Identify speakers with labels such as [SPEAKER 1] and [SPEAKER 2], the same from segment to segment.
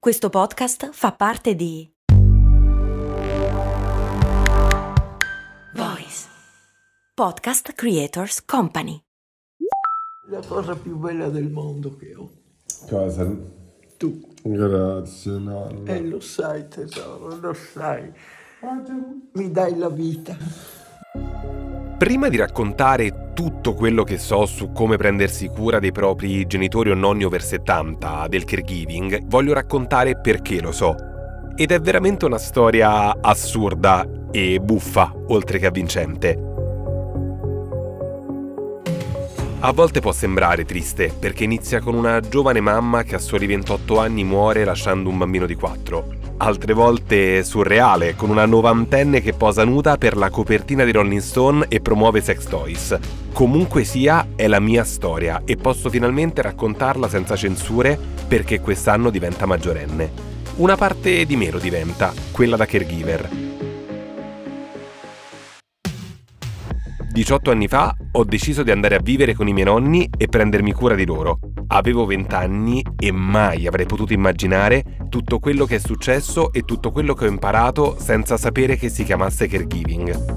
[SPEAKER 1] Questo podcast fa parte di Voice Podcast Creators Company.
[SPEAKER 2] La cosa più bella del mondo che ho.
[SPEAKER 3] Cosa?
[SPEAKER 2] Tu.
[SPEAKER 3] Grazie, nonna.
[SPEAKER 2] Lo sai, tesoro, lo sai. Mi dai la vita.
[SPEAKER 4] Prima di raccontare tutto quello che so su come prendersi cura dei propri genitori o nonni over 70, del caregiving, voglio raccontare perché lo so. Ed è veramente una storia assurda e buffa, oltre che avvincente. A volte può sembrare triste, perché inizia con una giovane mamma che a soli 28 anni muore lasciando un bambino di 4. Altre volte surreale, con una novantenne che posa nuda per la copertina di Rolling Stone e promuove sex toys. Comunque sia, è la mia storia e posso finalmente raccontarla senza censure perché quest'anno diventa maggiorenne. Una parte di me lo diventa, quella da caregiver. 18 anni fa ho deciso di andare a vivere con i miei nonni e prendermi cura di loro. Avevo 20 anni e mai avrei potuto immaginare tutto quello che è successo e tutto quello che ho imparato senza sapere che si chiamasse caregiving.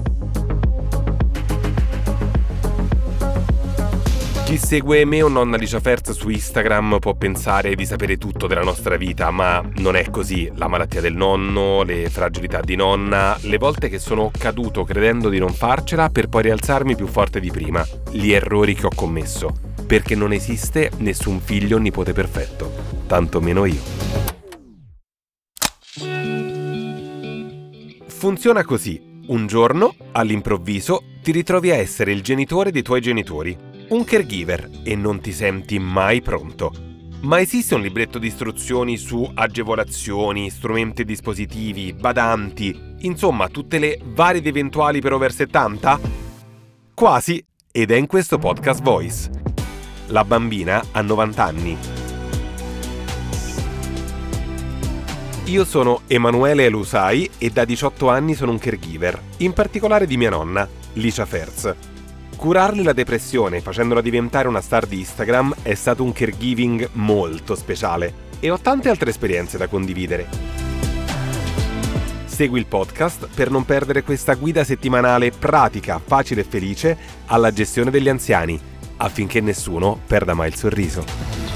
[SPEAKER 4] Chi segue me o nonna Licia Ferz su Instagram può pensare di sapere tutto della nostra vita, ma non è così. La malattia del nonno, le fragilità di nonna, le volte che sono caduto credendo di non farcela per poi rialzarmi più forte di prima, gli errori che ho commesso, perché non esiste nessun figlio o nipote perfetto, tanto meno io. Funziona così. Un giorno, all'improvviso, ti ritrovi a essere il genitore dei tuoi genitori. Un caregiver e non ti senti mai pronto. Ma esiste un libretto di istruzioni su agevolazioni, strumenti e dispositivi, badanti, insomma tutte le varie ed eventuali per over 70? Quasi, ed è in questo podcast Voice. La bambina ha 90 anni. Io sono Emanuele Elusai e da 18 anni sono un caregiver, in particolare di mia nonna, Licia Ferz. Curarle la depressione facendola diventare una star di Instagram è stato un caregiving molto speciale e ho tante altre esperienze da condividere. Segui il podcast per non perdere questa guida settimanale pratica, facile e felice alla gestione degli anziani, affinché nessuno perda mai il sorriso.